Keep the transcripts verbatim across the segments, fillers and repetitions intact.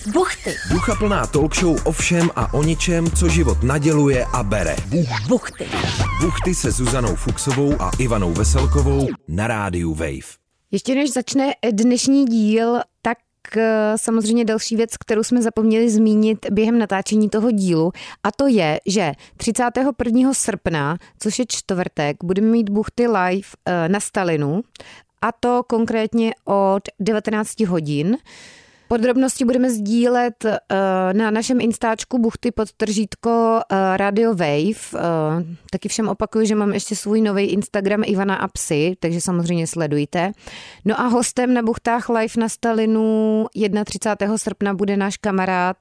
Buchty. Duchaplná talk show o všem a o ničem, co život naděluje a bere. Buchty. Buchty se Zuzanou Fuchsovou a Ivanou Veselkovou na rádiu Wave. Ještě než začne dnešní díl, tak samozřejmě další věc, kterou jsme zapomněli zmínit během natáčení toho dílu, a to je, že třicátého prvního srpna, což je čtvrtek, budeme mít Buchty live na Stalinu, a to konkrétně od devatenáct hodin. Podrobnosti budeme sdílet uh, na našem Instačku Buchty podtržítko uh, Radio Wave. Uh, taky všem opakuju, že mám ještě svůj nový Instagram Ivana a psy, takže samozřejmě sledujte. No a hostem na Buchtách live na Stalinu třicátého prvního srpna bude náš kamarád,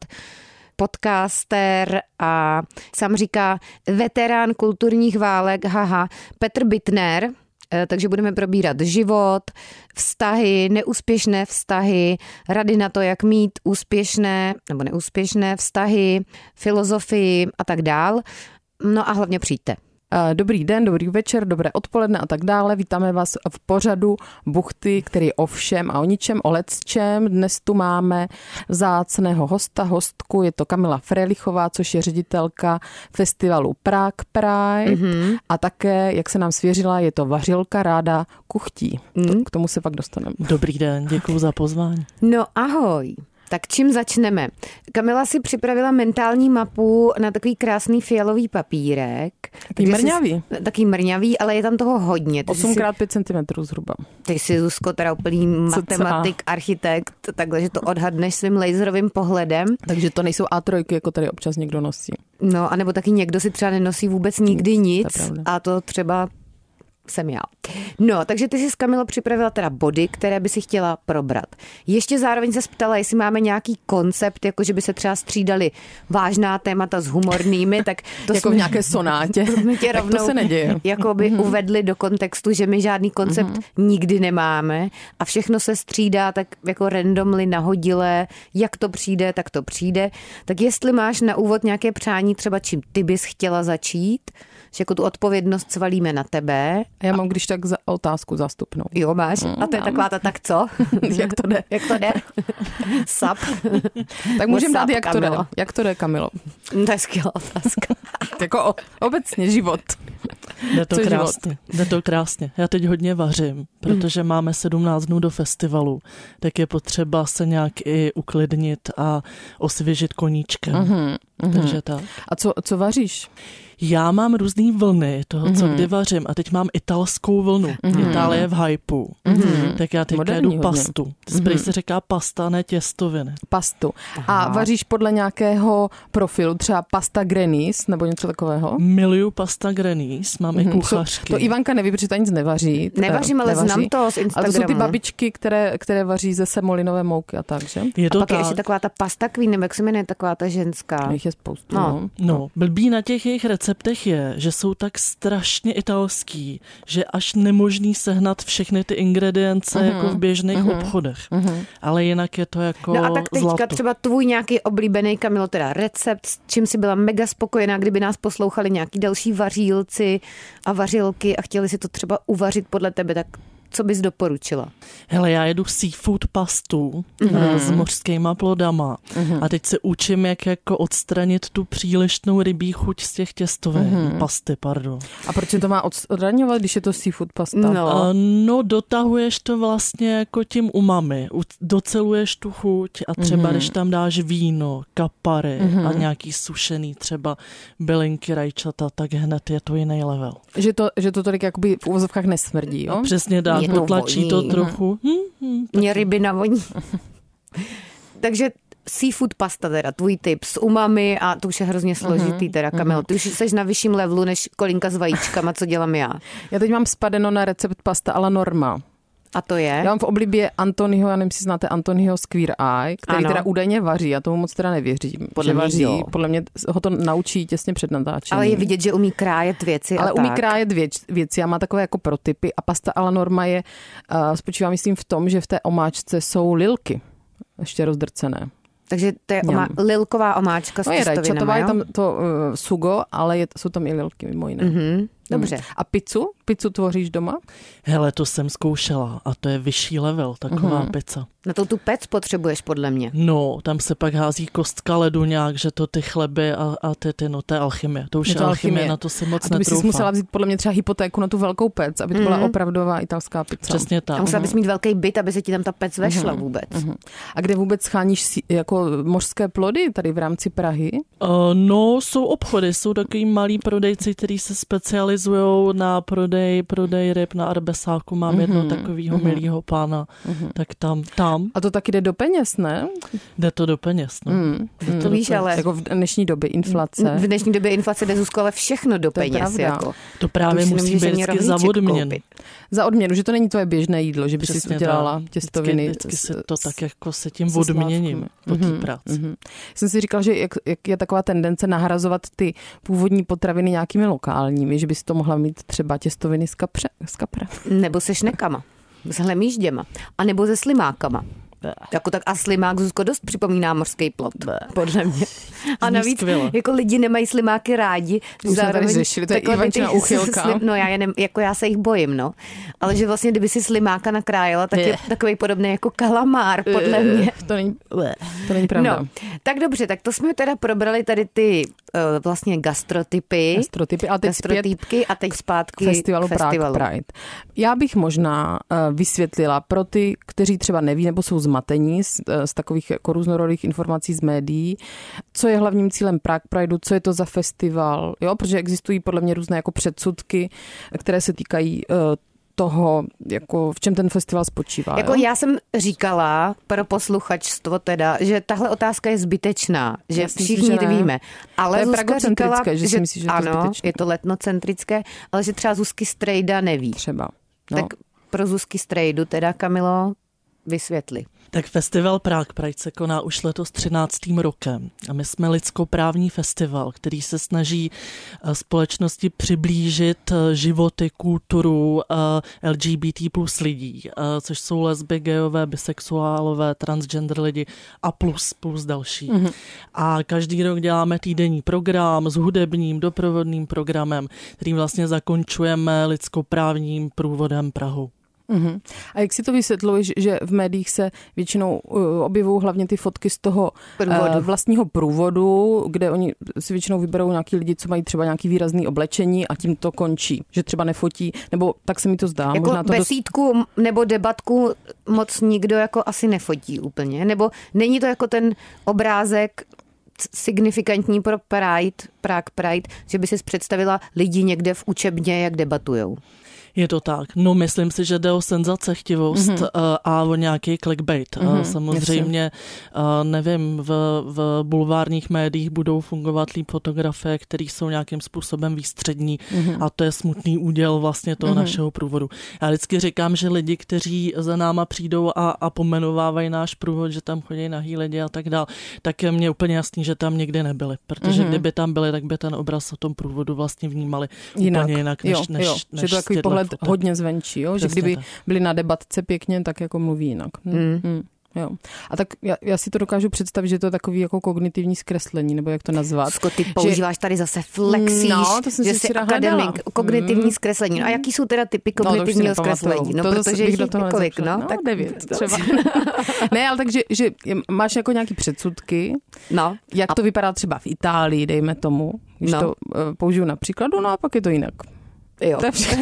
podcaster a sám říká veterán kulturních válek, haha, Petr Bittner. Takže budeme probírat život, vztahy, neúspěšné vztahy, rady na to, jak mít úspěšné nebo neúspěšné vztahy, filozofii a tak dál. No a hlavně přijďte. Dobrý den, dobrý večer, dobré odpoledne a tak dále. Vítáme vás v pořadu Buchty, který je o všem a o ničem, o lecčem. Dnes tu máme vzácného hosta, hostku, je to Kamila Frelichová, což je ředitelka festivalu Prague Pride mm-hmm. a také, jak se nám svěřila, je to vařilka, ráda kuchtí. Mm. K tomu se pak dostaneme. Dobrý den, děkuji za pozvání. No ahoj. Tak čím začneme? Kamila si připravila mentální mapu na takový krásný fialový papírek. Taký mrňavý. Jsi, taký mrňavý, ale je tam toho hodně. osm krát pět centimetrů zhruba. Ty jsi, Zuzko, teda úplný matematik, architekt, takhle, že to odhadneš svým laserovým pohledem. Takže to nejsou á tři, jako tady občas někdo nosí. No, anebo taky někdo si třeba nenosí vůbec nikdy nic, nic to a to třeba jsem já. No, takže ty jsi s Kamilou připravila teda body, které by si chtěla probrat. Ještě zároveň se ptala, jestli máme nějaký koncept, jako že by se třeba střídali vážná témata s humornými, tak to jako jsme, v nějaké sonátě. To jsme tě rovnou, tak to se neděje. Jako by mm-hmm. uvedli do kontextu, že my žádný koncept mm-hmm. nikdy nemáme a všechno se střídá tak jako randomly nahodilé, jak to přijde, tak to přijde. Tak jestli máš na úvod nějaké přání, třeba čím ty bys chtěla začít, že jako tu odpovědnost svalíme na tebe. Já mám když tak za otázku zástupnou. Jo, máš? A to je taková ta tak co? Jak to jde? Jak to jde? Sap. Tak můžeme dát, jak to jde. Jak to jde, Kamilo? To je skvělá otázka. Jako obecně život. Jde to krásně. Jde to krásně. Já teď hodně vařím, protože máme sedmnáct dnů do festivalu, tak je potřeba se nějak i uklidnit a osvěžit koníčkem. Uh-huh, uh-huh. Takže tak. A co, co vaříš? Já mám různý vlny toho, co mm-hmm. kdy vařím a teď mám italskou vlnu. Mm-hmm. Itálie v hypeu. Mm-hmm. Tak já teď jedu pastu. Mm-hmm. Prý se říká pasta, ne těstoviny. Pastu. Aha. A vaříš podle nějakého profilu, třeba pasta Grenis nebo něco takového? Miluju pasta Grenis, mám mm-hmm. i kuchařky. To, to Ivanka neví, protože to nic nevaří. Nevařím, ale nevaří. Znám to z Instagramu. Ale to jsou ty babičky, které, které vaří ze semolinové mouky a tak, že? Je to a pak tak. je ještě taková ta pasta queen, nebo jak se jmenuje taková ta ženská. Jich je spoustu. No. No. no, blbý na těch jejich receptech je, že jsou tak strašně italský, že až nemožný sehnat všechny ty ingredience uh-huh. jako v běžných uh-huh. obchodech. Uh-huh. Ale jinak je to jako No a tak teďka zlato. třeba tvůj nějaký oblíbený, Kamilo, teda recept, s čím si byla mega spokojená, kdyby nás poslouchali nějaký další vařílci a vařilky a chtěli si to třeba uvařit podle tebe, tak co bys doporučila? Hele, já jedu seafood pastu mm-hmm. s mořskýma plodama mm-hmm. a teď se učím, jak jako odstranit tu přílišnou rybí chuť z těch těstovin. Mm-hmm. Pasty, pardon. A proč to má odstraňovat, když je to seafood pasta? No, uh, no dotahuješ to vlastně jako tím umami. Doceluješ tu chuť a třeba mm-hmm. když tam dáš víno, kapary mm-hmm. a nějaký sušený třeba bylinky, rajčata, tak hned je to jiný level. Že to, že to tolik jakoby v uvozovkách nesmrdí, jo? A přesně dá, potlačí to trochu. Hmm, hmm, mě ryby navoní. Takže seafood pasta teda, tvůj tip s umami a to už je hrozně složitý teda, Kamilo. Ty už jsi na vyšším levelu než Kolinka s vajíčkama, co dělám já. Já teď mám spadeno na recept pasta a la norma. A to je? Já mám v oblibě Antonyho, já nevím, jestli znáte Antonyho Square Eye, který ano. teda údajně vaří, já tomu moc teda nevěřím. Podle mě vaří, jo. Podle mě ho to naučí těsně před natáčením. Ale je vidět, že umí krájet věci Ale a umí tak. krájet věc, věci a má takové jako protypy a pasta a la norma je, uh, spočívá myslím v tom, že v té omáčce jsou lilky ještě rozdrcené. Takže to je oma, lilková omáčka s no těstovinama, rajčatová, jo? je tam to uh, sugo, ale je, jsou tam i lilky mimo jiné. Mm-hmm. Dobře. A pizzu? pizzu tvoříš doma? Hele, to jsem zkoušela a to je vyšší level, taková Mm. pizza. Na to tu pec potřebuješ, podle mě. No, tam se pak hází kostka ledu nějak, že to ty chleby a, a ty, ty, no, to je alchymie. To už je, Je to alchymie, alchymie. na to se moc A to by si netroufám. musela vzít podle mě třeba hypotéku na tu velkou pec, aby to byla Mhm. opravdová italská pizza. Přesně tak. A musela bys mít velký byt, aby se ti tam ta pec vešla Mhm. vůbec. Mhm. A kde vůbec scháníš si- jako mořské plody tady v rámci Prahy? Uh, no, jsou obchody, jsou takový malí prodejci, kteří se specializují na prodej, prodej ryb na Arbesáku. Mám Mhm. jedno takového Mhm. milého pána, Mhm. tak tam, tam A to taky jde do peněz, ne? jde to do peněz. No. Mm. Jde Mm. to do víš, peněz. ale- Jako v dnešní době inflace. V dnešní době inflace jde, Zuzko, ale všechno do To je peněz. pravda. Jako. To právě To už si musí nemůžeš být ani vždycky za rohlíček odměnu. koupit. Za odměnu, že to není tvoje běžné jídlo, že by si Přesně udělala tak. těstoviny. Vždycky, vždycky se s- to s- tak jako se tím se odměním slávkami. po té Mhm, práci. mhm. Jsem si říkal, že jak, jak je taková tendence nahrazovat ty původní potraviny nějakými lokálními, že by si to mohla mít třeba těstoviny z, kapře, z kapra. Nebo se šnekama, s hlemýžděma, a nebo se slimákama. Jako tak a slimák, Zuzko, dost připomíná mořský plot, podle mě. A Zní navíc, skvěle. jako lidi nemají slimáky rádi. Už jsme tady řešili, to je takové Ivančina ty- úchylka. sli- No já, je ne, jako já se jich bojím, no. Ale že vlastně, kdyby si slimáka nakrájela, tak je takový podobný jako kalamár, podle mě. To není, to není pravda. No, tak dobře, tak to jsme teda probrali tady ty uh, vlastně gastrotypy, Gastrotypy, ale teď zpět gastrotýpky a teď zpátky festivalu, k festivalu. Prague Pride. Já bych možná uh, vysvětlila pro ty, kteří třeba neví nebo jsou zmatení z, uh, z takových jako různorodých informací z médií, co je hlavním cílem Prague Prideu, co je to za festival, jo, protože existují podle mě různé jako předsudky, které se týkají uh, toho, jako v čem ten festival spočívá. Jako jo? já jsem říkala pro posluchačstvo teda, že tahle otázka je zbytečná, že Já si myslím, všichni že ne. víme. Ale To je Zuzka pragocentrické, říkala, že si myslíš, že to je ano, zbytečné. je to letnocentrické, ale že třeba Zuzky Strejda neví. Třeba. No. Tak pro Zuzky Strejdu teda, Kamilo, vysvětli. Tak festival Prague Pride se koná už letos třináctým rokem a my jsme lidskoprávní festival, který se snaží eh, společnosti přiblížit eh, životy, kulturu eh, L G B T plus lidí, eh, což jsou lesby, gejové, bisexuálové, transgender lidi a plus, plus další. Mm-hmm. A každý rok děláme týdenní program s hudebním, doprovodným programem, kterým vlastně zakončujeme lidskoprávním průvodem Prahou. Uhum. A jak si to vysvětluješ, že v médiích se většinou uh, objevují hlavně ty fotky z toho Průvodu. uh, vlastního průvodu, kde oni si většinou vyberou nějaký lidi, co mají třeba nějaký výrazný oblečení a tím to končí, že třeba nefotí, nebo tak se mi to zdá. Jako možná to besídku dost... nebo debatku moc nikdo jako asi nefotí úplně, nebo není to jako ten obrázek signifikantní pro Pride, Prague Pride, že by si představila lidi někde v učebně, jak debatujou. Je to tak. No, myslím si, že jde o senzacechtivost mm-hmm. a o nějaký clickbait. Mm-hmm, Samozřejmě, jasně. nevím, v, v bulvárních médiích budou fungovat líp fotografie, které jsou nějakým způsobem výstřední mm-hmm. a to je smutný úděl vlastně toho mm-hmm. našeho průvodu. Já vždycky říkám, že lidi, kteří za náma přijdou a, a pomenovávají náš průvod, že tam chodí nahý lidi a tak dál, tak je mně úplně jasný, že tam nikdy nebyli. Protože mm-hmm. kdyby tam byli, tak by ten obraz o tom průvodu vlastně vnímali jinak. úplně jinak, než, jo, než, jo, než že to takový pohled fotek. hodně zvenčí, jo? Že kdyby tak. byli na debatce pěkně, tak jako mluví jinak. Hmm. Mm. Hmm. Jo. A tak já, já si to dokážu představit, že to je takový jako kognitivní zkreslení, nebo jak to nazvat. Sko, ty používáš že... tady zase flexíš, no, to jsem že si jsi akademik, kognitivní mm. zkreslení. No a jaký jsou teda typy kognitivního no, zkreslení? No, to protože jich do toho kolik, no? no Tak devět třeba. Ne, ale takže že máš jako nějaký předsudky, no. jak a... to vypadá třeba v Itálii, dejme tomu, když no. to uh, použiju na příkladu, no a pak je to jinak. Jo.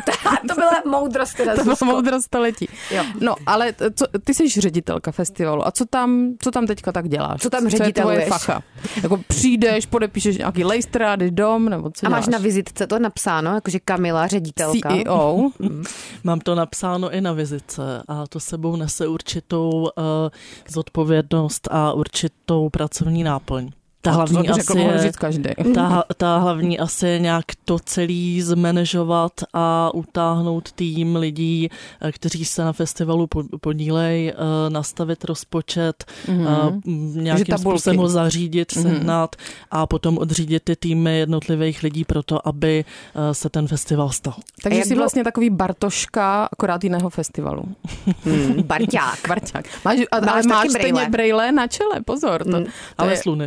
To byla moudrost teda, To byla moudrost století. Jo. No, ale co, ty jsi ředitelka festivalu a co tam, co tam teďka tak děláš? Co tam řediteluješ? Co je tvoje facha? Jako přijdeš, podepíšeš nějaký lejstr a jdeš dom, nebo co A děláš? máš na vizitce to napsáno, jakože Kamila, ředitelka? C E O. Mám to napsáno i na vizitce a to sebou nese určitou uh, zodpovědnost a určitou pracovní náplň. Ta hlavní, to asi je, každý. ta, ta hlavní asi je nějak to celý zmanéžovat a utáhnout tým lidí, kteří se na festivalu podílejí, nastavit rozpočet, mm-hmm. nějakým způsobem ho zařídit, mm-hmm. sehnat a potom odřídit ty týmy jednotlivých lidí pro to, aby se ten festival stal. Takže jsi bylo... vlastně takový Bartoška, akorát jiného festivalu. Hmm, Barťák. Barťák. Máš, a, ale máš stejně brejle na čele, pozor. To, mm, to ale je... sluneční. Ale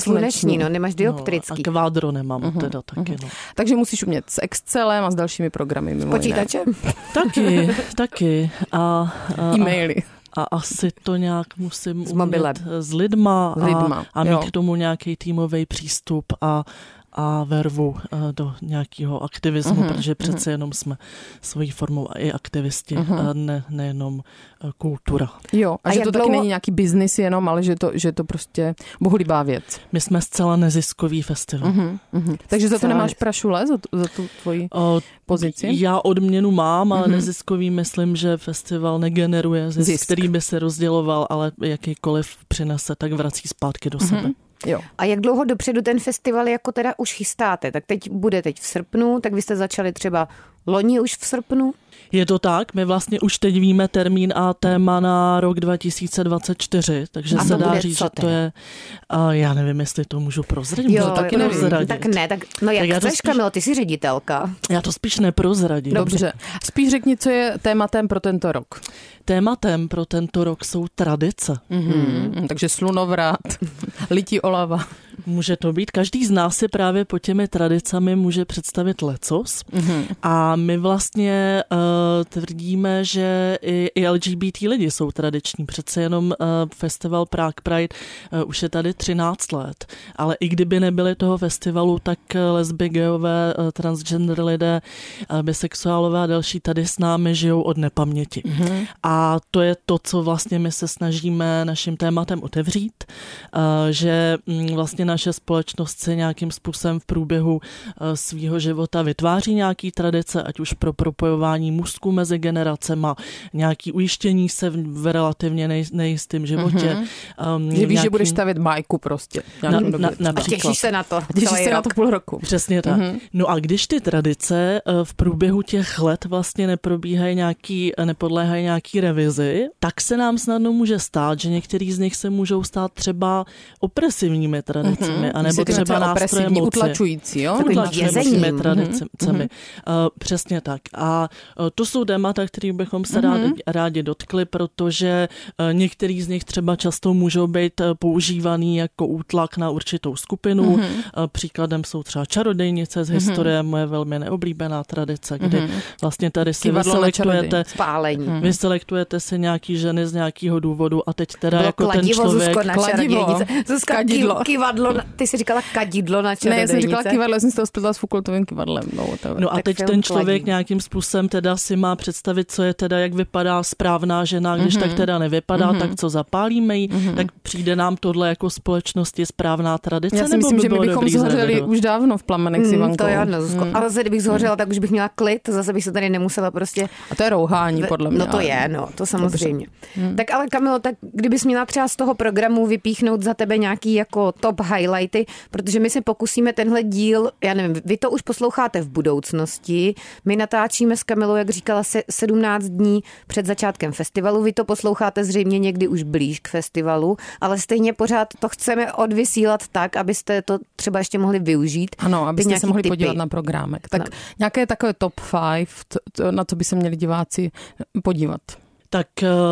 sluneční, no, nemáš dioptrický. No, a kvádro nemám uh-huh. teda taky, no. Takže musíš umět s Excelem a s dalšími programy mimo počítačem? Taky, taky. A, a, e-maily. A asi to nějak musím s umět s lidma, s lidma a, a mít k tomu nějaký týmový přístup a a vervu do nějakého aktivismu, uh-huh, protože přece uh-huh. jenom jsme svojí formou i aktivisti, uh-huh. a ne, nejenom kultura. Jo, a, a že to dlouho... taky není nějaký biznis jenom, ale že to, že to prostě bohulibá věc. My jsme zcela neziskový festival. Uh-huh, uh-huh. Takže za to nemáš prašule, za tu, za tu tvoji o, pozici? Já odměnu mám, ale uh-huh. neziskový myslím, že festival negeneruje zisk, zisk, který by se rozděloval, ale jakýkoliv přinese, tak vrací zpátky do uh-huh. sebe. Jo. A jak dlouho dopředu ten festival jako teda už chystáte? Tak teď bude teď v srpnu, tak vy jste začali třeba loni už v srpnu? Je to tak, my vlastně už teď víme termín a téma na rok dva tisíce dvacet čtyři, takže a se dá bude říct, co že to je, uh, já nevím, jestli to můžu prozradit. Jo, taky nevím, tak ne, tak no jak tak chceš, spíš, Kamilo, ty jsi ředitelka. Já to spíš neprozradím. Dobře, spíš řekni, co je tématem pro tento rok. Tématem pro tento rok jsou tradice. Mm-hmm. Takže slunovrat, lití olava. Může to být. Každý z nás si právě pod těmi tradicemi může představit lecos. Mm-hmm. A my vlastně uh, tvrdíme, že i, i L G B T lidi jsou tradiční. Přece jenom uh, festival Prague Pride uh, už je tady třináct let. Ale i kdyby nebyly toho festivalu, tak lesby, gayové, uh, transgender lidé, uh, bisexuálové a další tady s námi žijou od nepaměti. Mm-hmm. A to je to, co vlastně my se snažíme naším tématem otevřít, uh, že um, vlastně naše společnost se nějakým způsobem v průběhu svýho života vytváří nějaký tradice, ať už pro propojování můstků mezi generacema, nějaký ujištění se v relativně nej, nejistém životě. Mm-hmm. Um, že víš, nějaký... že budeš stavět bajku prostě. Na, na, na, a těšíš se na to. Těšíš se rok. na to půl roku. Přesně tak. Mm-hmm. No a když ty tradice v průběhu těch let vlastně neprobíhají nějaký, nepodléhají nějaký revizi, tak se nám snadno může stát, že některý z nich se můžou stát třeba opresivními tradicemi. Mm-hmm. A nebo třeba nástroje moci. Utlačující, jo? Utlačujícími tradicemi. Mm-hmm. Uh, přesně tak. A uh, to jsou témata, kterých bychom se mm-hmm. rádi, rádi dotkli, protože uh, některý z nich třeba často můžou být uh, používaný jako útlak na určitou skupinu. Mm-hmm. Uh, příkladem jsou třeba čarodejnice z historie, mm-hmm. moje velmi neoblíbená tradice, kdy mm-hmm. vlastně tady si vyselektujete, spálení. Vyselektujete si nějaký ženy z nějakého důvodu a teď teda bylo jako kladivo, ten člověk... Zuzko, na kladivo, Zuzka, kivadlo. Ty jsi říkala kadidlo na čarodejnice. Ne, já jsem říkala kivadlo, já jsem se to spletla s Foucaultovým kivadlem. No, no a teď ten člověk kladí. Nějakým způsobem teda si má představit, co je teda, jak vypadá správná žena, když mm-hmm. tak teda nevypadá, mm-hmm. tak co zapálíme jí, mm-hmm. tak přijde nám tohle jako společnosti správná tradice. Já si myslím, že my bychom zhořeli už dávno v plamenech s Ivankou. To jo, no, Zuzko. Mm. Ale zase, kdybych zhořela, tak už bych měla klid, zase bych se tady nemusela prostě... A to je rouhání, podle mě. No to je, no, to samozřejmě. Mm. Tak ale Kamilo, tak kdybys měla třeba z toho programu vypíchnout za tebe nějaký jako top highlighty, protože my se pokusíme tenhle díl, já nevím, vy to už posloucháte v budoucnosti, my natáčíme s Kamilou, jak říkala, se sedmnáct dní před začátkem festivalu, vy to posloucháte zřejmě někdy už blíž k festivalu, ale stejně pořád to chceme odvysílat tak, abyste to třeba ještě mohli využít. Ano, abyste se mohli typy. podívat na programek. Tak no. nějaké takové top five, to, to, na co by se měli diváci podívat. Tak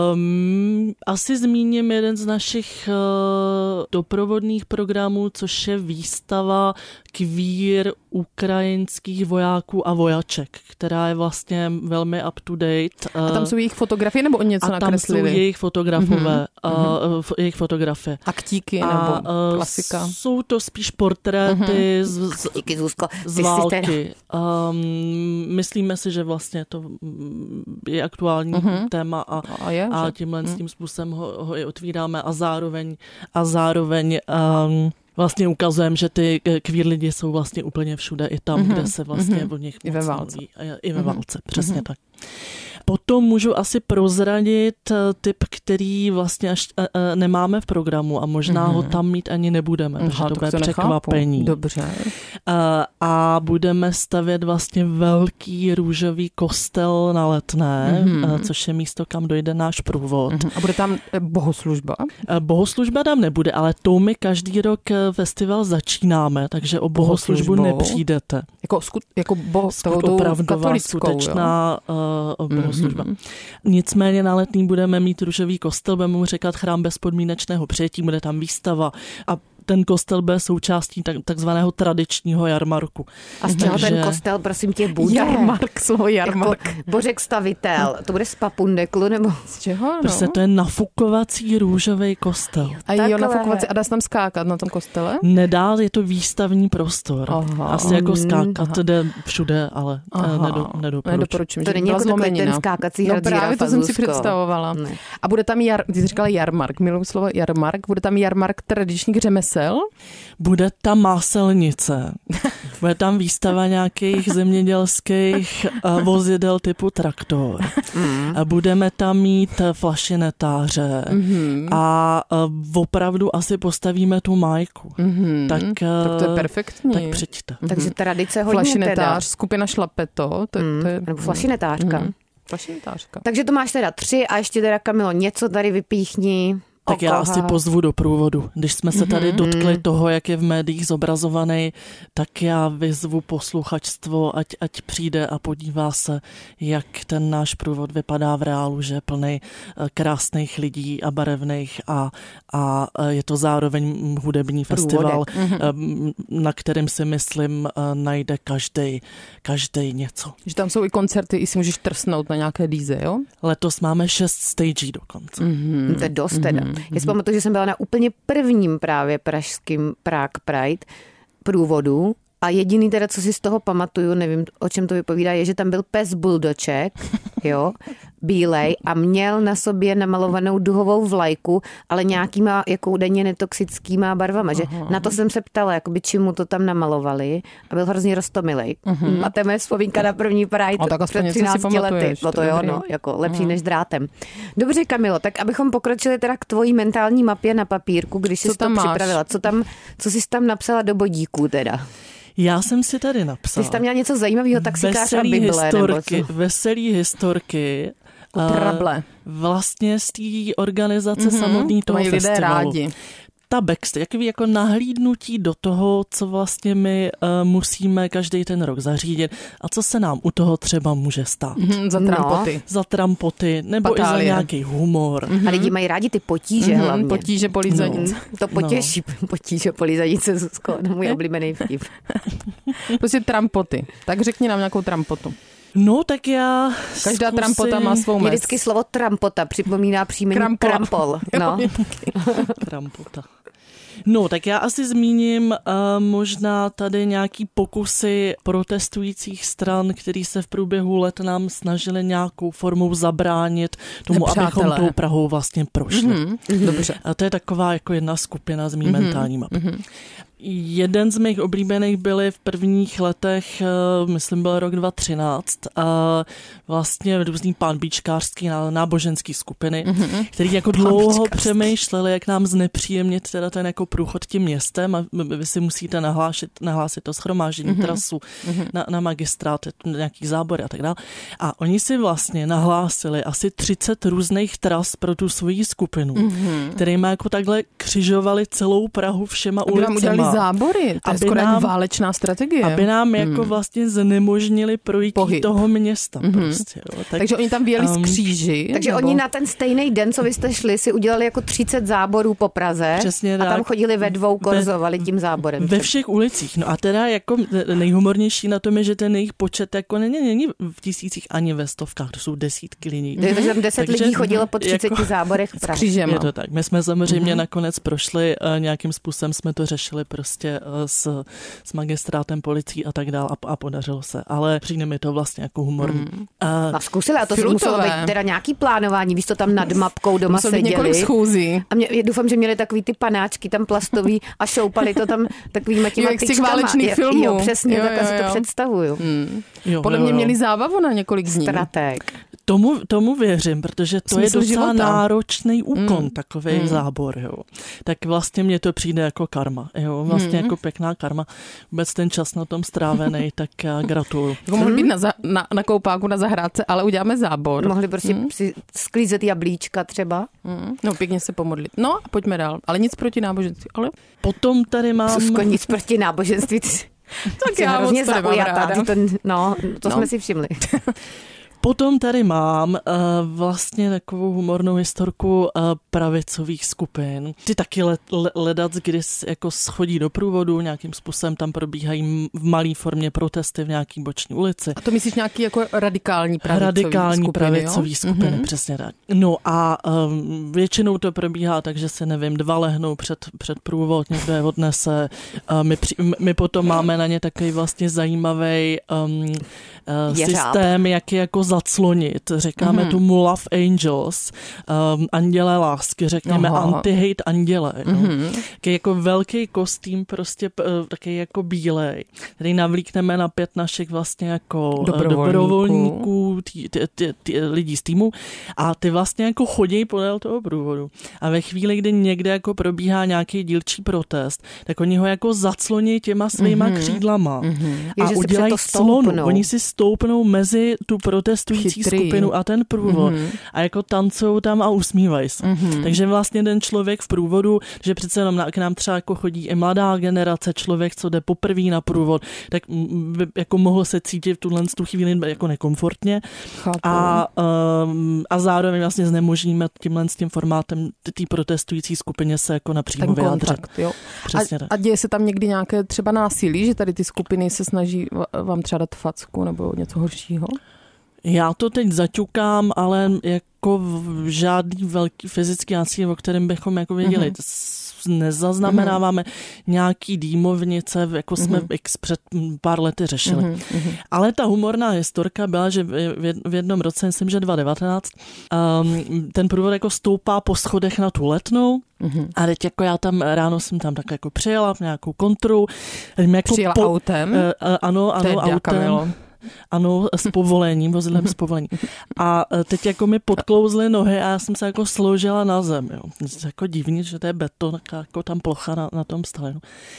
um, asi zmíním jeden z našich uh, doprovodných programů, což je výstava kvír ukrajinských vojáků a vojaček, která je vlastně velmi up to date. A tam jsou jejich fotografie nebo oni něco nakreslili? A tam jsou jejich fotografové, mm-hmm. uh, jejich fotografie. Aktíky a, nebo uh, klasika? Jsou to spíš portréty mm-hmm. z, z, Díky, Zuzko. z války. Um, myslíme si, že vlastně to je aktuální mm-hmm. téma a, a, je, a tímhle mm. s tím způsobem ho, ho i otvíráme a zároveň a zároveň um, vlastně ukazujeme, že ty queer lidi jsou vlastně úplně všude, i tam, mm-hmm. kde se vlastně mm-hmm. o nich I ve válce. Mluví. I ve válce, mm-hmm. přesně mm-hmm. tak. Potom můžu asi prozradit typ, který vlastně až nemáme v programu a možná mm-hmm. ho tam mít ani nebudeme, protože Aha, to bude to překvapení. Nechápu. Dobře. A, a budeme stavět vlastně velký růžový kostel na Letné, mm-hmm. což je místo, kam dojde náš průvod. Mm-hmm. A bude tam bohoslužba? Bohoslužba tam nebude, ale tou my každý rok festival začínáme, takže o bohoslužbu nepřijdete. Jako, skut, jako bo, opravdová, skutečná uh, bohoslužba. Mm-hmm. Nicméně na Letný budeme mít růžový kostel, budeme mu říkat chrám bezpodmínečného přijetí, bude tam výstava a ten kostel bude součástí tak, takzvaného tradičního jarmarku. A z čeho Takže... ten kostel, prosím tě, bude? Jarmark, slovo jarmark. Jako Bořek stavitel, to bude z Papundeklu, nebo... Z čeho? No? Prostě to je nafukovací růžový kostel. A jo, Takhle. nafukovací. A dá se tam skákat na tom kostele? Nedá, je to výstavní prostor. Aha. Asi jako skákat Aha. jde všude, ale Aha. nedo, nedoporučuji. Nedoporučím. To že není byla jako takový zlomenina. ten skákací No hrdíra právě to jsem si Fazulsko. představovala. Ne. A bude tam, jar, ty jsi říkala jarmark, miluji slovo jarmark, bude tam jarmark tradičních řemesel? Bude tam máselnice. Bude tam výstava nějakých zemědělských uh, vozidel typu traktor. Mm. A budeme tam mít uh, flašinetáře Mm-hmm. a uh, opravdu asi postavíme tu majku. Mm-hmm. Tak, uh, tak to je perfektní. tak přijďte. Takže tradice hodně teda. Flašinetář, skupina Šlapeto. To, Mm. to je, Nebo flašinetářka. Mm. Flašinetářka. Takže to máš teda tři a ještě teda, Kamilo, něco tady vypíchni. Tak já asi pozvu do průvodu. Když jsme se tady Mhm. dotkli toho, jak je v médiích zobrazovaný, tak já vyzvu posluchačstvo, ať, ať přijde a podívá se, jak ten náš průvod vypadá v reálu, že je plný krásných lidí a barevných a, a je to zároveň hudební festival, Mhm. na kterém si myslím najde každej, každej něco. Že tam jsou i koncerty, i si můžeš trsnout na nějaké díze, jo? Letos máme šest stagí dokonce. Mm-hmm. To je dost teda. Mhm. Já si pamatuju, že jsem byla na úplně prvním právě pražským Prague Pride průvodu a jediný teda, co si z toho pamatuju, nevím, o čem to vypovídá, je, že tam byl pes buldoček, jo, bílej a měl na sobě namalovanou duhovou vlajku, ale nějakýma jako údajně netoxickýma barvama, že Aha. na to jsem se ptala, jakoby čemu to tam namalovali a byl hrozně roztomilej. Mhm. A to je moje vzpomínka na první Pride A tak aspoň před něco si třinácti lety. pamatuješ, No to to je jo, dobrý. no, jako lepší Aha. než drátem. Dobře, Kamilo, tak abychom pokročili teda k tvojí mentální mapě na papírku, když jsi Co to tam máš? připravila. Co tam, co jsi tam napsala do bodíků teda? Já jsem si tady Ty napsala. jsi tam měla něco zajímavého, taxikář a veselý Bible, historky, nebo co? veselý historky. a Trable. Vlastně z té organizace Mhm, samotný to toho mají lidé festivalu. rádi. Ta backstage, jaký jako nahlídnutí do toho, co vlastně my uh, musíme každý ten rok zařídit a co se nám u toho třeba může stát. Mhm, za No. trampoty. Za trampoty, nebo i Patálie. za nějaký humor. A lidi mají rádi ty potíže Mhm, hlavně. Potíže polízanic. Mm, To potěší, potíže polizanice, Zuzko, no, můj oblíbený vtip. Prostě trampoty. Tak řekni nám nějakou trampotu. No, tak já Každá zkusím... trampota má svou Mě mez. vždycky slovo trampota připomíná příjmení Krampol. krampol. No. Trampota. No, tak já asi zmíním uh, možná tady nějaký pokusy protestujících stran, který se v průběhu let nám snažili nějakou formou zabránit tomu, Nepřátelé. abychom tou Prahou vlastně prošli. Mhm, dobře. A to je taková jako jedna skupina z mý Mhm, mentální mapy. mhm. Jeden z mých oblíbených byly v prvních letech, eh, myslím byl rok dva tisíce třináct, a vlastně různý pánbíčkářský ná- náboženský skupiny, Mhm. který jako dlouho Pánbíčkářský. přemýšleli, jak nám znepříjemnit teda ten jako průchod tím městem a vy si musíte nahlásit, nahlásit to shromáždění, Mhm. trasu Mhm. na, na magistrát, nějaký zábory a tak dále. A oni si vlastně nahlásili asi třicet různých tras pro tu svoji skupinu, Mhm. kterými jako takhle křižovali celou Prahu všema Aby nám udělali ulicema. zábory. To je Aby skoro jak nám- válečná strategie. Aby nám jako Hmm. vlastně znemožnili projít Pohyb. toho města Mhm. prostě. Jo. Tak, Takže oni tam vyjeli z um, kříži. Takže nebo... oni na ten stejný den, co vy jste šli, si udělali jako třicet záborů po Praze Přesně a tam tak. chodili ve dvou, korzovali tím záborem. ve všech ulicích. No a teda jako nejhumornější na tom je, že ten jejich počet jako není, není v tisících ani ve stovkách, to jsou desítky lidí. Takže tam deset Takže lidí chodilo po třiceti jako- záborech v S Praze. křížema. Je to tak. My jsme samozřejmě Mhm. nakonec prošli, uh, nějakým způsobem jsme to řešili prostě uh, s, s magistrátem, policií a tak dále a, a podařilo se. Ale přijde mi to vlastně jako humorný. Mhm. Uh, A zkusili, a to Filutové. muselo být teda nějaký plánování, víš, to tam nad mapkou doma Muselo být několik seděli. schůzí. A mě, doufám, že měli takový ty panáčky tam plastový a šoupali to tam takovýma těma Jo, jak z těch tyčkama. válečných Jo, filmů. Jo, přesně, Jo, tak jo, asi to jo. představuju. Hmm. jo, Podle jo, mě jo. měli zábavu na několik dní. Strateg. Tomu, tomu věřím, protože to Smysl je docela života. náročný úkon, Mm. takový Mm. zábor. Jo. Tak vlastně mně to přijde jako karma. Jo. Vlastně Mm. jako pěkná karma. Vůbec ten čas na tom strávený, tak já gratuluju. Jako mohl být na, za, na, na koupáku, na zahrádce, ale uděláme zábor. Mohli prostě Hmm. si sklízet jablíčka třeba. Hmm. No, pěkně se pomodlit. No a pojďme dál. Ale nic proti náboženství. Ale Potom tady mám... Susko, nic proti náboženství. Ty jsi tak jsi já moc hrozně to nemám zaujatá. ráda. Ty to, no, to No. jsme si všimli. Potom tady mám uh, vlastně takovou humornou historku uh, pravicových skupin. Ty taky let, le, ledac, kdy jako schodí do průvodu, nějakým způsobem tam probíhají v malé formě protesty v nějaký boční ulici. A to myslíš nějaký jako radikální pravicový radikální skupiny, pravicový jo? skupiny, Mm-hmm. přesně tak. No a um, většinou to probíhá tak, že se, nevím, dva lehnou před, před průvod, někdo je odnese. Uh, my, při, my potom máme na ně takový vlastně zajímavý um, uh, systém, jak je jako zaclonit. Říkáme mm-hmm. tomu Love Angels, um, anděle lásky, řekněme Aha. anti-hate anděle. Mm-hmm. No. Taky jako velký kostým, prostě taky jako bílej, který navlíkneme na pět našich vlastně jako dobrovolníků, dobrovolníků tý, tý, tý, tý, lidí z týmu a ty vlastně jako chodí podél toho průvodu. A ve chvíli, kdy někde jako probíhá nějaký dílčí protest, tak oni ho jako zacloní těma svýma mm-hmm. křídlama mm-hmm. a Je, udělají clonu. Oni si stoupnou mezi tu protestující Chytrý. skupinu a ten průvod mm-hmm. a jako tancou tam a usmívají se. Mm-hmm. Takže vlastně ten člověk v průvodu, že přece jenom k nám třeba jako chodí i mladá generace, člověk, co jde poprvé na průvod, tak by jako mohl se cítit v tuhle tu chvíli jako nekomfortně a, um, a zároveň vlastně znemožníme tímhle s tím formátem té protestující skupině se jako napřímo ten vyjádřit. Kontakt, jo. Přesně a, tak. A děje se tam někdy nějaké třeba násilí, že tady ty skupiny se snaží vám třeba dát facku nebo něco horšího? Já to teď zaťukám, ale jako žádný velký fyzický násilí, o kterém bychom jako věděli. Mm-hmm. Nezaznamenáváme mm-hmm. nějaký dýmovnice, jako jsme mm-hmm. x před pár lety řešili. Mm-hmm. Ale ta humorná historka byla, že v jednom roce, myslím, že dva tisíce devatenáct, um, ten průvod jako stoupá po schodech na tu Letnou. Mm-hmm. A teď jako já tam ráno jsem tam tak jako přijela v nějakou kontru. Jako přijela po, autem? Uh, uh, ano, ano, autem. Kamilo. Ano, s povolením, vozidlem s povolením. A teď jako mi podklouzly nohy a já jsem se jako sloužila na zem. Jo. Jako divný, že to je beton, jako tam plocha na, na tom stalinu.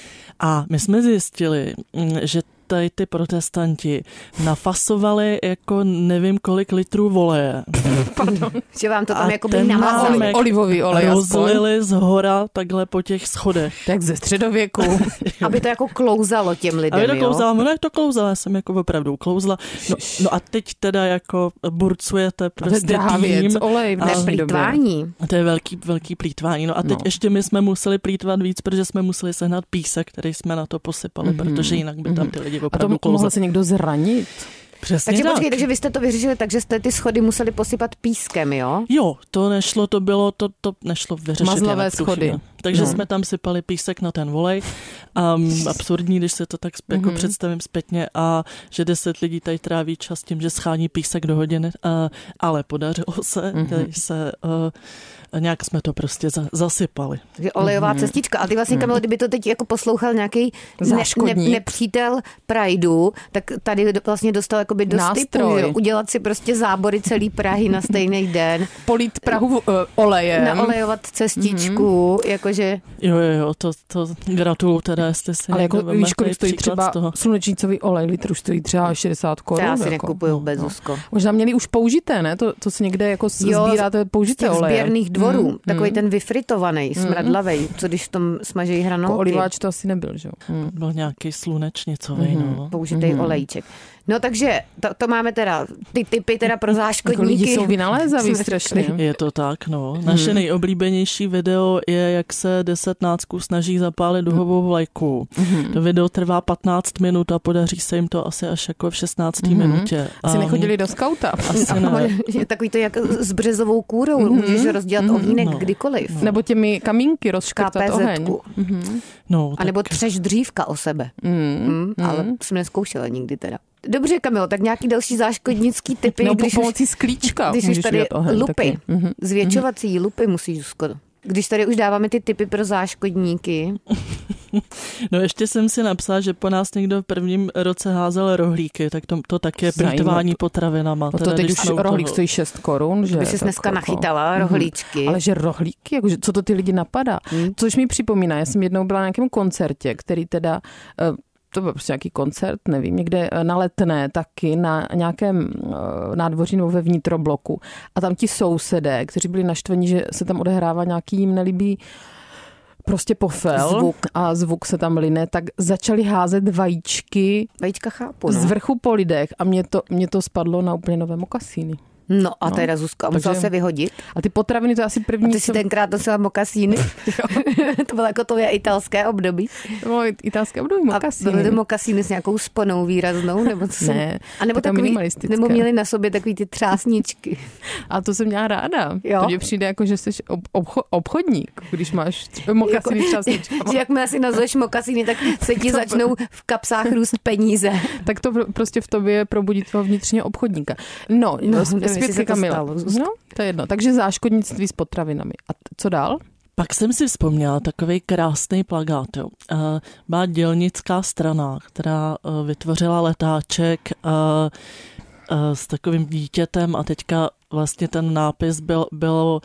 A my jsme zjistili, že tady ty protestanti nafasovali jako nevím kolik litrů voleje. Pardon, že vám to tam a jako by namazali. Olivový olej rozlili z hora takhle po těch schodech. Tak ze středověku. Aby to jako klouzalo těm lidem, Aby to klouzalo, jo? no jak to klouzalo, já jsem jako opravdu klouzla. No, no a teď teda jako burcujete prostě drahá tým. Věc, olej v dnešní plýtvání. To je velký, velký plýtvání. No a teď no. ještě my jsme museli plýtvat víc, protože jsme museli sehnat písek, který jsme na to posypali, mm-hmm. protože jinak by tam ty lidi opravdu a to mohl se někdo zranit? Přesně takže tak. počkej, takže vy jste to vyřešili tak, že jste ty schody museli posypat pískem, jo? Jo, to nešlo, to bylo, to, to nešlo vyřešit. Mazlavé schody. Takže no. jsme tam sypali písek na ten volej. Um, absurdní, když se to tak jako mm-hmm. představím zpětně a že deset lidí tady tráví čas tím, že schání písek do hodiny, uh, ale podařilo se, mm-hmm. se uh, nějak jsme to prostě za, zasypali. Takže olejová mm-hmm. cestička. A ty vlastně, Kamilo, kdyby to teď jako poslouchal nějaký ne, ne, nepřítel Prideu, tak tady vlastně dostal jakoby do stypu, jo, udělat si prostě zábory celý Prahy na stejný den. Polít Prahu uh, olejem. Naolejovat cestičku, mm-hmm. jakože... Jo, jo, jo, to, to gratuluju teda, jestli si... Ale jako víš, kolik stojí třeba slunečnicový olej, litr už stojí třeba šedesát korun. Já si jako. nekupuju no, bez no. Zuzko. Možná měli už použité, ne? To, to se někde jako jo, sbíráte použité oleje. Z těch sběrných dvorů, mm, takový mm. ten vyfritovaný, smradlavej, co když v tom smažejí hranolky. Jako oliváč to asi nebyl, že jo? Mm. Byl nějaký slunečnicový, mm. no. Použitej mm. olejček. No takže to, to máme teda, ty typy teda pro záškodníky. Jako lidi jsou vynalézaví strašně. Je to tak, no. Naše hmm. nejoblíbenější video je, jak se deset nácků snaží zapálit duhovou vlajku. Hmm. To video trvá patnáct minut a podaří se jim to asi až jako v šestnácté hmm. minutě. Asi um, nechodili do skauta. Asi ne. Je takový to jak s březovou kůrou, hmm. můžeš rozdělat hmm. ohýnek no. kdykoliv. No. Nebo těmi kamínky rozškrtat oheň. Hmm. No, a nebo třeš dřívka o sebe. Hmm. Hmm. Ale jsem neskoušela nikdy teda. Dobře, Kamilo, tak nějaký další záškodnický typy. No, když po pomocí sklíčka. Když už tady oheň, lupy, taky. Zvětšovací mm-hmm. lupy musíš skoro. Když tady už dáváme ty typy pro záškodníky. No ještě jsem si napsala, že po nás někdo v prvním roce házel rohlíky, tak to, to taky je plýtvání potravinama. No to teď už rohlík stojí šest korun. Že? By jsi dneska jako, nachytala rohlíčky. Mm, ale že rohlíky, jakože, co to ty lidi napadá? Mm. Což mi připomíná, já jsem jednou byla na nějakém koncertě, který teda... Uh, to byl prostě nějaký koncert, nevím, někde na Letné taky, na nějakém nádvoří nebo ve vnitrobloku. A tam ti sousedé, kteří byli naštvení, že se tam odehrává nějaký jim nelíbý prostě pofel Zvuk. a zvuk se tam line, tak začali házet vajíčky Vajíčka chápu, z no. vrchu po lidech a mě to, mě to spadlo na úplně nové mokasíny. No a No. teda Zuzka, musela Takže- se vyhodit. A ty potraviny to je asi první, A ty si co... tenkrát nosila mokasíny. To bylo jako to je italské období. To bylo italské období A mokasíny. byly to mokasíny s nějakou sponou výraznou? Nebo co Ne, a nebo, takové takový, minimalistické. nebo měli na sobě takový ty třásničky. A to jsem měla ráda. Jo? To mně přijde jako, že jsi ob, obcho, obchodník, když máš mokasíny Jako- částečkama. Že jakmile si nazveš mokasíny, tak se ti začnou v kapsách růst peníze. Tak to pr- prostě v tobě probudí tvého vnitřního obchodníka. No, No, no nevím, jestli zpět se ke to Kamile. stalo, Zuzko. No, to je jedno. Takže záškodnictví s potravinami. A t- co dál? Pak jsem si vzpomněla takový krásný plakát. Jo. Uh, byla dělnická strana, která uh, vytvořila letáček uh, uh, s takovým dítětem a teďka vlastně ten nápis byl, byl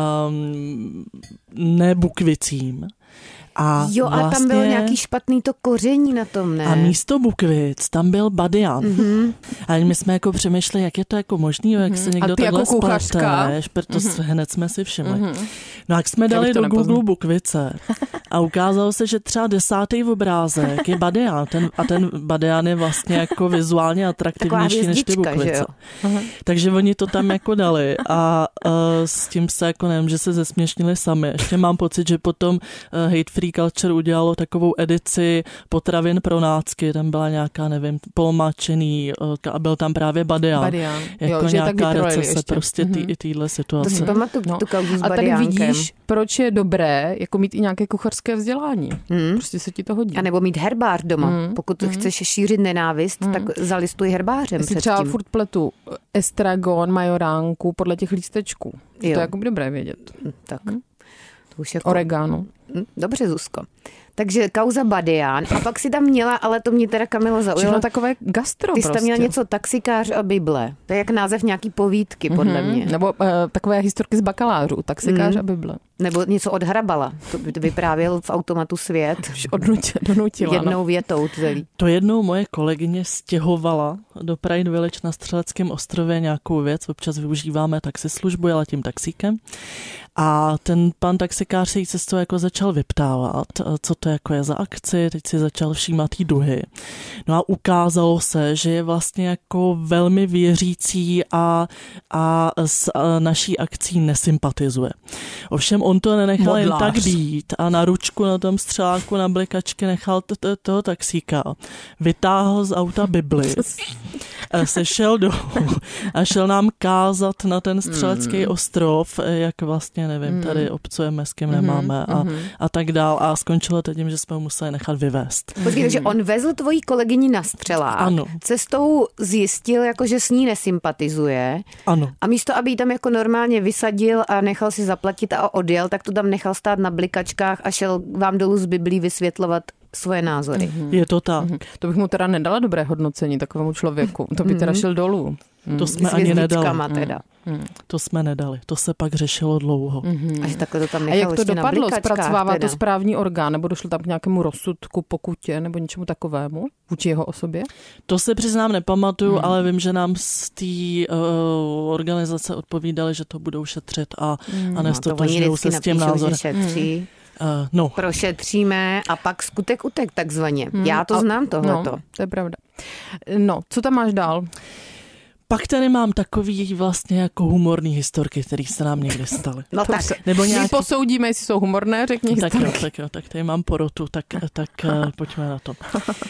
um, ne bukvicím. A Jo, a vlastně, tam bylo nějaký špatný to koření na tom, ne? a místo bukvic tam byl badian. Mhm. A my jsme jako přemýšleli, jak je to jako možný, jak se někdo A ty takhle jako kuchařka? spleteš, protože mm-hmm. hned jsme si všimli. Mhm. No jak jsme Já dali bych to do nepoznal. Google bukvice a ukázalo se, že třeba desátý obrázek je badian. Ten, a ten badian je vlastně jako vizuálně atraktivnější Taková než ty hvězdička, že bukvice. jo? Takže oni to tam jako dali a uh, s tím se jako nevím, že se zesměšnili sami. Ještě mám pocit, že potom uh, Hate Free Culture udělalo takovou edici potravin pro nácky. Tam byla nějaká, nevím, polmačený uh, a byl tam právě badian. Badian. Jako Jo, že je tak nějaká vytrojili recese ještě. prostě tý, Mhm. i týhle To situace. si pamatuju, No. tu kauzu s A tady badiánkem. vidíš, proč je dobré jako mít i nějaké kuchařské vzdělání. Hmm. Prostě se ti to hodí. A nebo mít herbář doma. Mm, Pokud mm. chceš šířit nenávist, Mm. tak zalistuj herbářem Jestli předtím. třeba furt pletu estragon, majoránku podle těch lístečků. To je Jo. jako dobré vědět. Hm, Tak, Hm. to už jako... Oregano. Hm, Dobře, Zuzko. Takže kauza Badián. A pak si tam měla, ale to mě teda Kamilo zaujalo. Všechno takové gastro Ty jsi prostě. tam měla něco taxikář a Bible. To je jak název nějaký povídky, podle Mhm. mě. Nebo uh, takové historky z bakalářů, taxikář Mhm. a Bible. Nebo něco od Hrabala. To by vyprávěl v automatu Svět. Už odnutila, donutila. Jednou No. větou celý. To jednou moje kolegyně stěhovala do Pride Village na Střeleckém ostrově nějakou věc, občas využíváme taxislužbu, jela tím taxíkem. A ten pan taxikář se jí cestou jako začal vyptávat, co to jako je za akci, teď si začal všímat jí duhy. No a ukázalo se, že je vlastně jako velmi věřící a, a s a naší akcí nesympatizuje. Ovšem on to nenechal jen Modlář. tak být a na ručku na tom střeláku na blikačky nechal t- t- toho taxíka. Vytáhl z auta Bibli, sešel dolů a šel nám kázat na ten střelecký ostrov, jak vlastně, nevím, tady obcujeme, s kým nemáme a, a tak dál. A skončilo to tím, že jsme ho museli nechat vyvést. Počkej, takže on vezl tvojí kolegyni na střelák. Ano. Cestou zjistil, jako, že s ní nesympatizuje. Ano. A místo, aby ji tam jako normálně vysadil a nechal si zaplatit a odjel, tak to tam nechal stát na blikačkách a šel vám dolů z Biblí vysvětlovat svoje názory. Je to tak. To bych mu teda nedala dobré hodnocení takovému člověku. To by teda šel dolů. To jsme S ani nedali. hvězdičkama teda. To jsme nedali. To se pak řešilo dlouho. Až takhle to tam A nechal jak to ještě na dopadlo? blikačkách Zpracovává teda. to správní orgán? Nebo došlo tam k nějakému rozsudku, pokutě nebo něčemu takovému vůči jeho osobě? To se přiznám nepamatuju, hmm. ale vím, že nám z té uh, organizace odpovídali, že to budou šetřit a, hmm. a No, to oni nestotožňují vždycky se s tím napíšou, názorem. že šetří. Uh, no, Prošetříme a pak skutek utek takzvaně. Já to A- znám tohleto. No, to je pravda. No, co tam máš dál? pak tady mám takový vlastně jako humorný historky, které se nám někdy staly. No tak, Nebo My nějaký... posoudíme, jestli jsou humorné, řekni Tak jo, historky. tak jo, tak tady mám porotu, tak, tak uh, pojďme na to.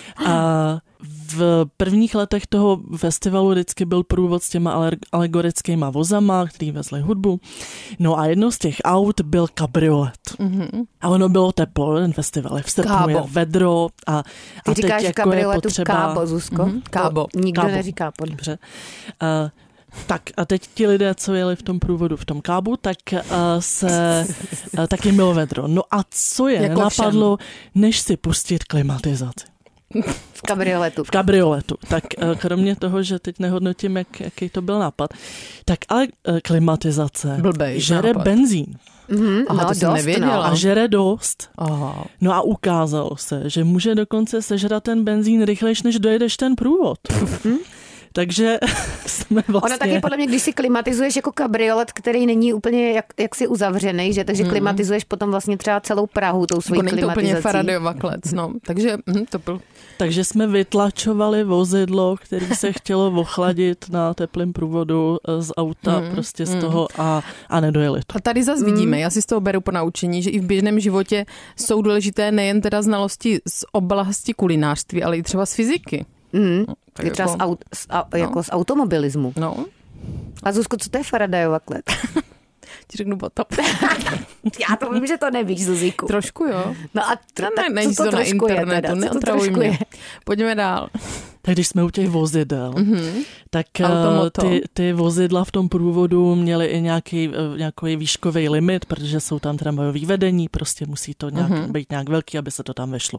A v prvních letech toho festivalu vždycky byl průvod s těma ale- alegorickýma vozama, který vezli hudbu. No a jedno z těch aut byl kabriolet. Mm-hmm. A ono bylo teplo, ten festival je v srpnu, je vedro a, ty a teď říkáš jako je kabrioletu potřeba... kábo, Zuzko? Mhm, kábo. To nikdo Kábo. neříká podle. Dobře. Uh, tak a teď ti lidé, co jeli v tom průvodu v tom kábu, tak uh, se uh, taky bylo vedro. No a co je Jako nenapadlo, než si pustit klimatizaci? V kabrioletu. V kabrioletu. Tak uh, kromě toho, že teď nehodnotím, jak, jaký to byl nápad, tak ale uh, klimatizace Blbej žere nápad. benzín. Mm-hmm, Aha, no, to jsem dost, nevěděla. no. A žere dost. Aha. No a ukázalo se, že může dokonce sežrat ten benzín rychlejš, než dojedeš ten průvod. Takže jsme vlastně... Ona taky podle mě, když si klimatizuješ jako kabriolet, který není úplně jak, jak si uzavřený, že takže hmm. klimatizuješ potom vlastně třeba celou Prahu tou svojí klimatizací. Není to úplně Faradayova klec, no. Takže hm, to byl... Takže jsme vytlačovali vozidlo, který se chtělo ochladit na teplém průvodu z auta, hmm. prostě z toho a, a nedojeli to. A tady zase hmm. vidíme, já si z toho beru ponaučení, že i v běžném životě jsou důležité nejen teda znalosti z oblasti kulinářství, ale i třeba z fyziky. Mm, no, je třeba jako, z, aut, z, a, jako no. z automobilismu. No. A Zuzko, co to je Faradayova klec? Ti řeknu potom. Já to vím, že to nevíš, Zuzíku. Trošku jo. No a tr- ne, ne, co to, to na internetu, neotravuj mě. Pojďme dál. Tak když jsme u těch vozidel, mm-hmm. tak ty, ty vozidla v tom průvodu měly i nějaký, nějaký výškový limit, protože jsou tam tramvajový vedení, prostě musí to nějak, mm-hmm. být nějak velký, aby se to tam vešlo.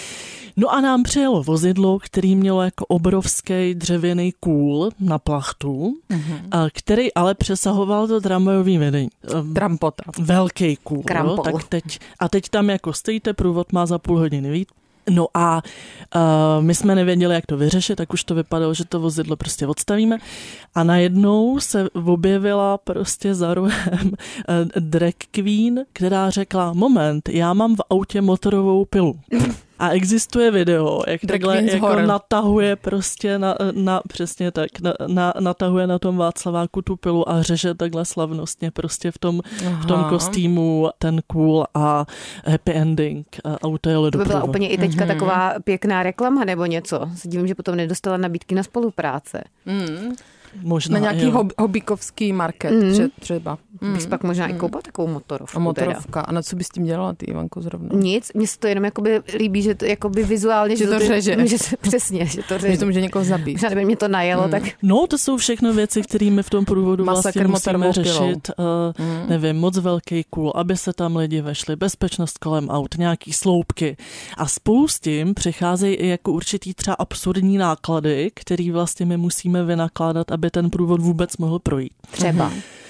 No a nám přijelo vozidlo, který mělo jako obrovský dřevěný kůl na plachtu, mm-hmm. který ale přesahoval to tramvajový vedení. Trampota. Velký kůl. Jo, tak teď, a teď tam jako stojíte, průvod má za půl hodiny víc. No a uh, my jsme nevěděli, jak to vyřešit, tak už to vypadalo, že to vozidlo prostě odstavíme. A najednou se objevila prostě za rohem uh, drag queen, která řekla, moment, já mám v autě motorovou pilu. A existuje video, jak takhle jako horror. natahuje prostě na, na přesně tak, na, na, natahuje na tom Václaváku tu pilu a řeže takhle slavnostně prostě v tom, v tom kostýmu ten cool a happy ending a auto jelo do To by byla průvodu. úplně i teďka mm-hmm. taková pěkná reklama nebo něco. Se divím, že potom nedostala nabídky na spolupráce. Mm. Možná, na nějaký hob, hobbykovský market mm. třeba. Mm. Bys pak možná mm. i koupila takovou motorovku. A motorovka. Teda. A na co bys tím dělala ty, Ivanko, zrovna? Nic, mně se to jenom jakoby líbí, že to jakoby vizuálně, že, že to, to řeže. Že se, přesně, že to řeže. Že to může někoho zabít. Možná kdyby mě to najelo, mm. tak... No, to jsou všechno věci, kterými v tom průvodu Masakr vlastně musíme řešit. Uh, mm. Nevím, moc velký kůl, aby se tam lidi vešli, bezpečnost kolem aut, nějaký sloupky. A spolu s tím přicházejí i jako určitý třeba absurdní náklady, který vlastně my musíme vynakládat, aby ten průvod vůbec mohl projít. Třeba.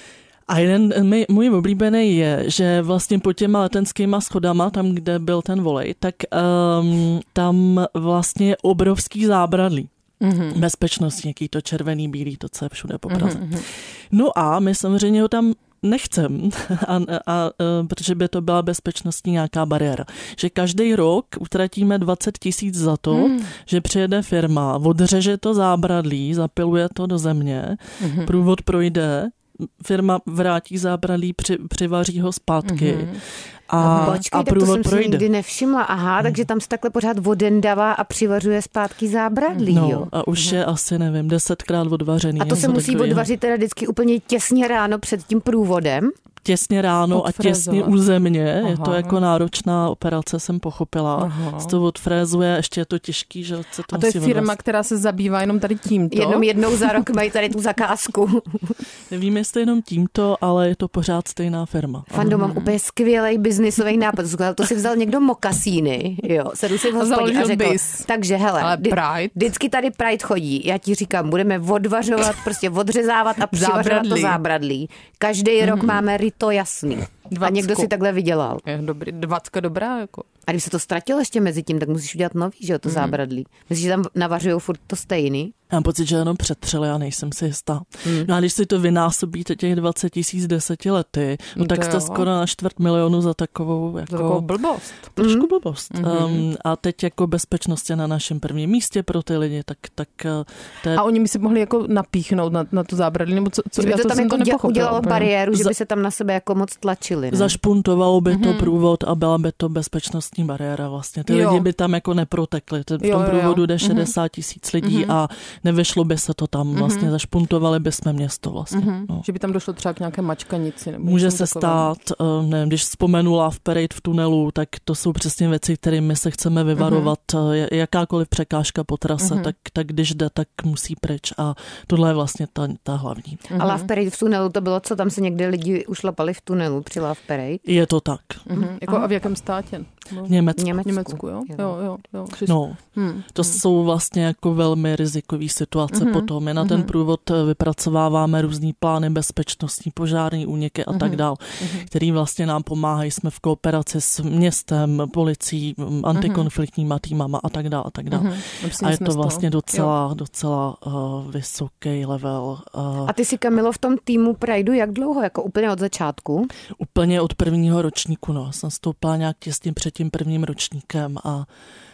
A jeden můj oblíbený je, že vlastně pod těma letenskýma schodama, tam, kde byl ten volej, tak um, tam vlastně je obrovský zábradlí. Mm-hmm. Bezpečnost, nějaký to červený, bílý, to, co je všude po Praze. Mm-hmm. No a my samozřejmě ho tam nechcem, a, a, a, protože by to byla bezpečnostní nějaká bariéra. Že každý rok utratíme dvacet tisíc za to, mm. že přijede firma, odřeže to zábradlí, zapiluje to do země, mm-hmm. průvod projde, firma vrátí zábradlí, při, přivaří ho zpátky. Mm-hmm. A, Počkej, a průvod tak to jsem projde. si nikdy nevšimla. Aha, hmm. takže tam se takhle pořád odendává a přivařuje zpátky zábradlí, no, jo? A už hmm. je asi, nevím, desetkrát odvařený. A to se musí takový, odvařit teda vždycky úplně těsně ráno před tím průvodem? Těsně ráno odfrézovat. A těsně u země. Aha. Je to jako náročná operace, jsem pochopila. Aha. Se to odfrézuje, ještě je to těžký, že se to A to je firma, odvést. která se zabývá jenom tady tímto? Jenom jednou za rok mají tady tu zakázku. Nevím, jestli jenom tímto, ale je to pořád stejná firma. Fando, mám úplně skvělej biznisový nápad. To si vzal někdo mokasíny, jo, sedu si v hospodě a řekl, bys. takže hele, ale Pride. vždycky tady Pride chodí. Já ti říkám, budeme odvařovat, prostě odřezávat a přivařovat to zábradlí. Každý mm-hmm. rok máme ryto jasný. Dvacku. A někdo si takhle vydělal. Je dobrý, dvacka dobrá, jako. A když se to ztratilo ještě mezi tím, tak musíš udělat nový, že jo, to mm. zábradlí. Myslíš, že tam navařujou furt to stejný? Já mám pocit, že jenom přetřeli a nejsem si jistá. Mm. No a když si to vynásobíte těch dvacet tisíc deseti lety, no tak jste skoro na čtvrt milionu za takovou jako... Za takovou blbost. Trošku mm. blbost. Mm-hmm. Um, a teď jako bezpečnost je na našem prvním místě pro ty lidi, tak... tak te... A oni by si mohli jako napíchnout na, na to zábradlí, nebo co? co by já to to tam jsem jako to nepochopila. Udělalo úplně. Bariéru, že Za... by se tam na sebe jako moc tlačili. Ne? Zašpuntovalo by mm-hmm. to průvod a byla by to bezpečnostní bariéra vlastně. Ty jo. lidi by tam jako neprotekli. V tom jo, průvodu jde mm-hmm. šedesát tisíc lidí mm-hmm. a nevešlo by se to tam vlastně. Mm-hmm. Zašpuntovali bychom město vlastně. Mm-hmm. No. Že by tam došlo třeba k nějaké mačkanici. Nebo Může se stát, uh, nevím, když vzpomenu Love Parade v tunelu, tak to jsou přesně věci, kterými se chceme vyvarovat. Mm-hmm. Jakákoliv překážka po trase, mm-hmm. tak, tak když jde, tak musí pryč. A tohle je vlastně ta, ta hlavní. Mm-hmm. A Love Parade v tunelu, to bylo co? Tam se někde lidi ušlapali v tunelu při Love Parade? Je to tak. Mm-hmm. Jako a v jakém státě? V Německu. Německu. Německu, jo? Jo, jo, jo. No, hmm. to hmm. jsou vlastně jako velmi rizikový situace mm-hmm. potom. My na ten průvod vypracováváme různý plány bezpečnostní, požární úniky a mm-hmm. tak dál, mm-hmm. který vlastně nám pomáhají. Jsme v kooperaci s městem, policií, antikonfliktníma týmama a tak dál a tak dál. Mm-hmm. A je to vlastně docela, docela uh, vysoký level. Uh, a ty jsi, Kamilo, v tom týmu Prideu jak dlouho? Jako úplně od začátku? Úplně od prvního ročníku, no. Jsem stoupala nějak těsně před tím prvním ročníkem a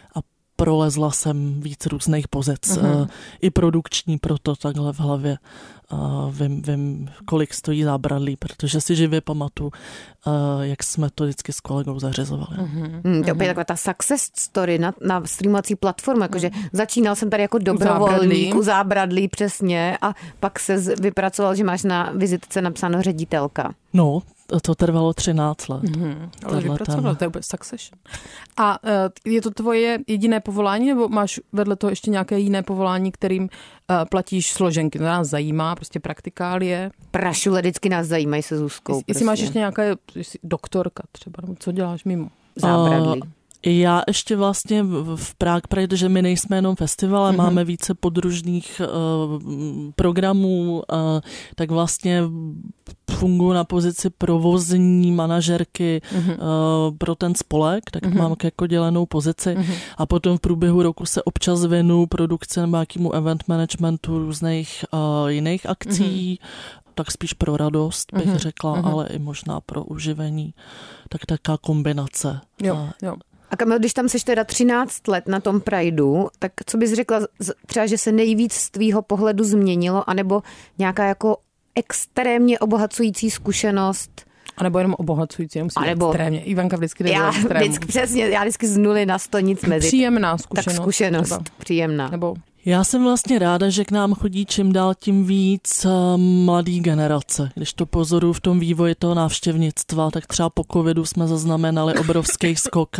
prolezla jsem víc různých pozic, uh-huh. i produkční, proto takhle v hlavě uh, vím, vím, kolik stojí zábradlí, protože si živě pamatuju, uh, jak jsme to vždycky s kolegou zařizovali. Uh-huh. Hmm, to je opět taková ta success story na, na streamovací platformu, jakože uh-huh. začínal jsem tady jako dobrovolník u zábradlí, přesně, a pak se vypracoval, že máš na vizitce napsáno ředitelka. No, to trvalo třináct let. Mm-hmm. Ale vypracoval, to je úplně succession. A uh, je to tvoje jediné povolání, nebo máš vedle toho ještě nějaké jiné povolání, kterým uh, platíš složenky? To nás zajímá, prostě praktikálie. Prašule vždycky nás zajímají se Zuzkou. Jestli prostě. Máš ještě nějaké doktorka třeba, nebo co děláš mimo? Zábradlí. Uh, Já ještě vlastně v Prague Pride, že my nejsme jenom festival, ale mm-hmm. máme více podružných uh, programů, uh, tak vlastně funguji na pozici provozní manažerky mm-hmm. uh, pro ten spolek, tak mm-hmm. mám jako dělenou pozici mm-hmm. a potom v průběhu roku se občas věnu produkci nebo nějakému event managementu různých uh, jiných akcí, mm-hmm. tak spíš pro radost bych mm-hmm. řekla, mm-hmm. ale i možná pro uživení, tak taká kombinace. Jo, jo. A Kamil, když tam seš teda třináct let na tom Prideu, tak co bys řekla třeba, že se nejvíc z tvýho pohledu změnilo, anebo nějaká jako extrémně obohacující zkušenost? A nebo jenom obohacující, nemusí být extrémně. Ivanka vždycky jde do extrému. Vždycky, přesně, já vždycky z nuly na sto nic mezi. Příjemná zkušenost. Tak zkušenost, třeba. Příjemná. Nebo... Já jsem vlastně ráda, že k nám chodí čím dál tím víc mladý generace. Když to pozoruju v tom vývoji toho návštěvnictva, tak třeba po covidu jsme zaznamenali obrovský skok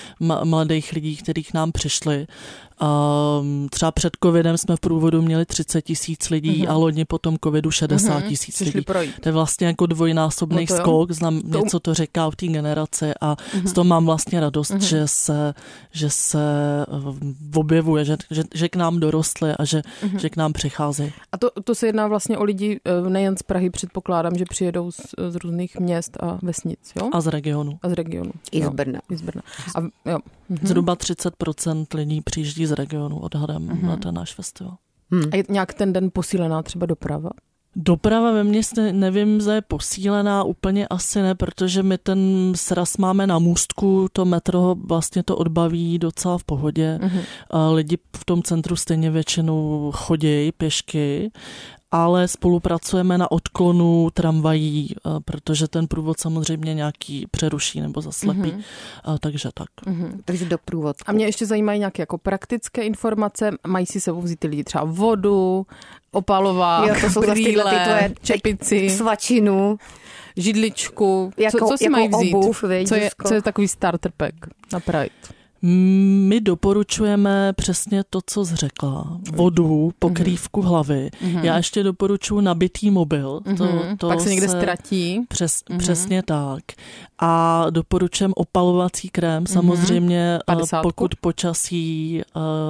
mladých lidí, kteří k nám přišli. Um, třeba před covidem jsme v průvodu měli třicet tisíc lidí mm-hmm. a loni po tom covidu šedesát tisíc mm-hmm. lidí. Projít. To je vlastně jako dvojnásobný no skok, znám, to... něco to říká o té generaci a mm-hmm. z toho mám vlastně radost, mm-hmm. že se, že se objevuje, že, že, že k nám dorostli a že, mm-hmm. že k nám přicházejí. A to, to se jedná vlastně o lidi nejen z Prahy, předpokládám, že přijedou z, z různých měst a vesnic, jo? A z regionu. A z regionu. I z Brna. I z Brna. A, jo. Mm-hmm. Zhruba třicet procent lidí přijíždí z regionu odhadem mm-hmm. na ten náš festival. Hmm. A je nějak ten den posílená třeba doprava? Doprava ve městě nevím, zda je posílená, úplně asi ne, protože my ten sraz máme na můstku, to metro vlastně to odbaví docela v pohodě. Mm-hmm. A lidi v tom centru stejně většinou chodí pěšky, ale spolupracujeme na odklonu tramvají, protože ten průvod samozřejmě nějaký přeruší nebo zaslepí, mm-hmm. takže tak. Mm-hmm. Takže doprůvod. A mě ještě zajímají nějaké jako praktické informace, mají si sebou vzít ty lidi třeba vodu, opalovák, jo, to brýle, čepici, svačinu, židličku, jako, co, co si jako mají vzít? Obuv, co, je, co je takový starter pack na Pride? My doporučujeme přesně to, co jsi řekla. Vodu, pokrývku hlavy. Mm-hmm. Já ještě doporučuji nabitý mobil. To, to Pak se někde se ztratí. Přes, mm-hmm. Přesně tak. A doporučujeme opalovací krém. Mm-hmm. Samozřejmě padesátku. Pokud počasí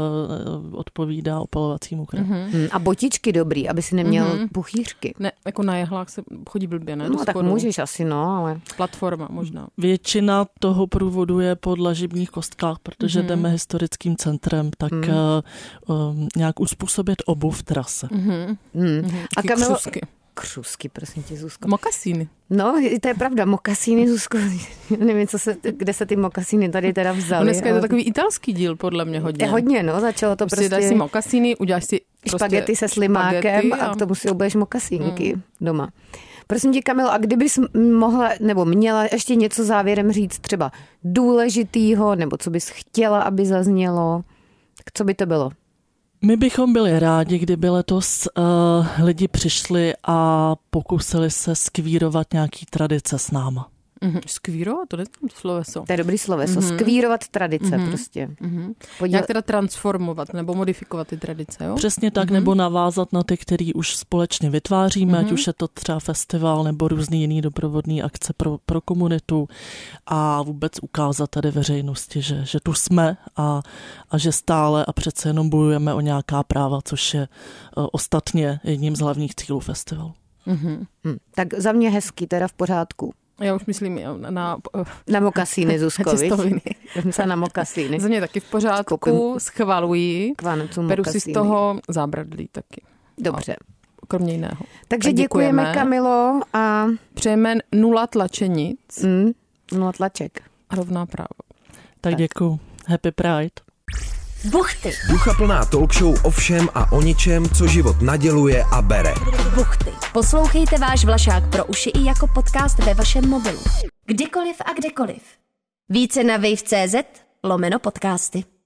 uh, odpovídá opalovacímu krému. Mm-hmm. A botičky dobrý, aby si neměl mm-hmm. puchýřky. Ne, jako na jehlách se chodí blbě, ne? No tak můžeš asi, no, ale... Platforma možná. Většina toho průvodu je po dlažebních kostkách, protože mm-hmm. jdeme historickým centrem, tak mm. uh, um, nějak uspůsobit obuv v trase. Mm-hmm. Mm. A Kamilo... Křusky. Křusky, prosím tě, Zuzko. Mokasíny. No, to je pravda, mokasíny, Zuzko. Nevím, co se, kde se ty mokasíny tady teda vzaly. No dneska je to takový italský díl, podle mě hodně. Je hodně, no, začalo to prostě... prostě dáš si mokasíny, uděláš si prostě špagety se slimákem a... a k tomu si obuješ mokasínky mm. doma. Prosím tě, Kamilo, a kdybys mohla, nebo měla ještě něco závěrem říct, třeba důležitýho, nebo co bys chtěla, aby zaznělo, co by to bylo? My bychom byli rádi, kdyby letos uh, lidi přišli a pokusili se skvírovat nějaký tradice s náma. Mm-hmm. Skvírovat? To neznám to sloveso. To je dobrý sloveso. Mm-hmm. Skvírovat tradice mm-hmm. prostě. Mm-hmm. Podíl... Jak teda transformovat nebo modifikovat ty tradice, jo? Přesně tak, mm-hmm. nebo navázat na ty, který už společně vytváříme, mm-hmm. ať už je to třeba festival nebo různý jiný doprovodný akce pro, pro komunitu a vůbec ukázat tady veřejnosti, že, že tu jsme a, a že stále a přece jenom bojujeme o nějaká práva, což je uh, ostatně jedním z hlavních cílů festivalu. Mm-hmm. Hm. Tak za mě hezký, teda v pořádku. Já už myslím na... Na, na mokasíny, Zuzko, víš? Se na mokasíny. Za mě taky v pořádku, Koupím schvaluji. Beru si z toho zábradlí taky. Dobře. A kromě jiného. Takže tak děkujeme, děkujeme, Kamilo. A přejeme nula tlačenic. Mm, nula tlaček. A rovná práva. Tak, tak. Děkuju. Happy Pride. Buchty. Duchaplná talk show o všem a o ničem, co život naděluje a bere. Buchty. Poslouchejte váš Vlašák pro uši i jako podcast ve vašem mobilu. Kdykoliv a kdekoliv. Více na wave tečka cé zet lomeno podcasty.